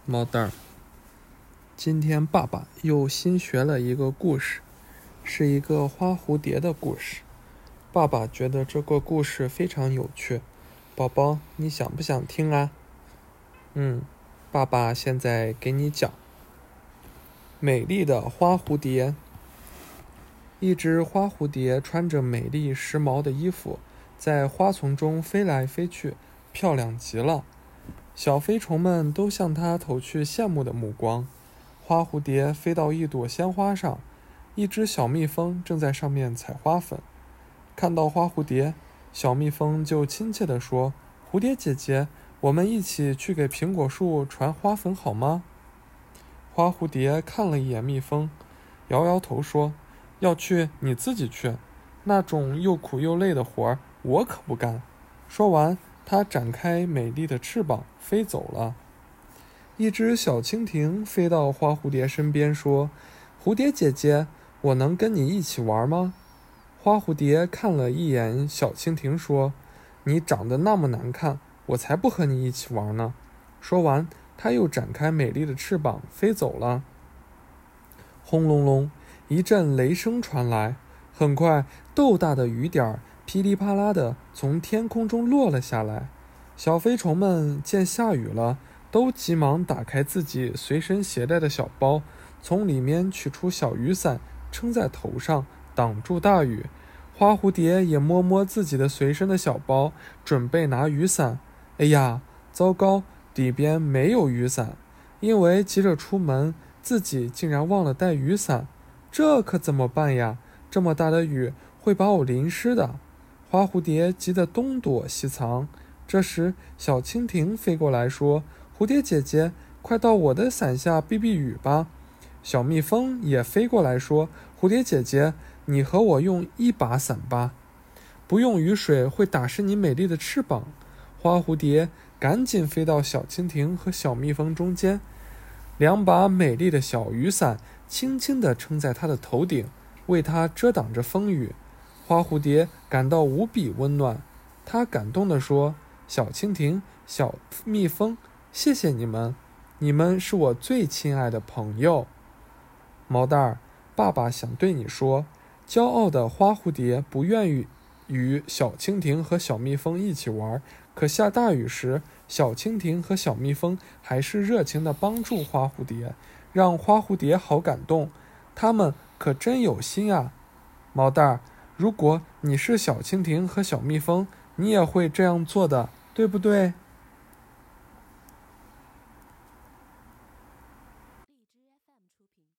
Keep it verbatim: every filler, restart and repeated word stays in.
猫蛋儿，今天爸爸又新学了一个故事，是一个花蝴蝶的故事。爸爸觉得这个故事非常有趣，宝宝，你想不想听啊？嗯，爸爸现在给你讲。美丽的花蝴蝶。一只花蝴蝶穿着美丽时髦的衣服，在花丛中飞来飞去，漂亮极了。小飞虫们都向它投去羡慕的目光。花蝴蝶飞到一朵鲜花上，一只小蜜蜂正在上面采花粉。看到花蝴蝶，小蜜蜂就亲切地说：“蝴蝶姐姐，我们一起去给苹果树传花粉好吗？”花蝴蝶看了一眼蜜蜂，摇摇头说：“要去你自己去，那种又苦又累的活儿我可不干。”说完，它展开美丽的翅膀飞走了。一只小蜻蜓飞到花蝴蝶身边说：“蝴蝶姐姐，我能跟你一起玩吗？”花蝴蝶看了一眼小蜻蜓说：“你长得那么难看，我才不和你一起玩呢。”说完，它又展开美丽的翅膀飞走了。轰隆隆，一阵雷声传来，很快豆大的雨点噼里啪啦地从天空中落了下来。小飞虫们见下雨了，都急忙打开自己随身携带的小包，从里面取出小雨伞，撑在头上，挡住大雨。花蝴蝶也摸摸自己的随身的小包，准备拿雨伞。哎呀，糟糕，里边没有雨伞，因为急着出门，自己竟然忘了带雨伞。这可怎么办呀？这么大的雨会把我淋湿的。花蝴蝶急得东躲西藏。这时，小蜻蜓飞过来说：“蝴蝶姐姐，快到我的伞下避避雨吧。”小蜜蜂也飞过来说：“蝴蝶姐姐，你和我用一把伞吧，不用雨水会打湿你美丽的翅膀。”花蝴蝶赶紧飞到小蜻蜓和小蜜蜂中间，两把美丽的小雨伞轻轻地撑在它的头顶，为它遮挡着风雨。花蝴蝶感到无比温暖，它感动地说：“小蜻蜓，小蜜蜂，谢谢你们，你们是我最亲爱的朋友。”毛蛋儿，爸爸想对你说，骄傲的花蝴蝶不愿意与小蜻蜓和小蜜蜂一起玩，可下大雨时，小蜻蜓和小蜜蜂还是热情地帮助花蝴蝶，让花蝴蝶好感动。他们可真有心啊！毛蛋儿，如果你是小蜻蜓和小蜜蜂，你也会这样做的，对不对？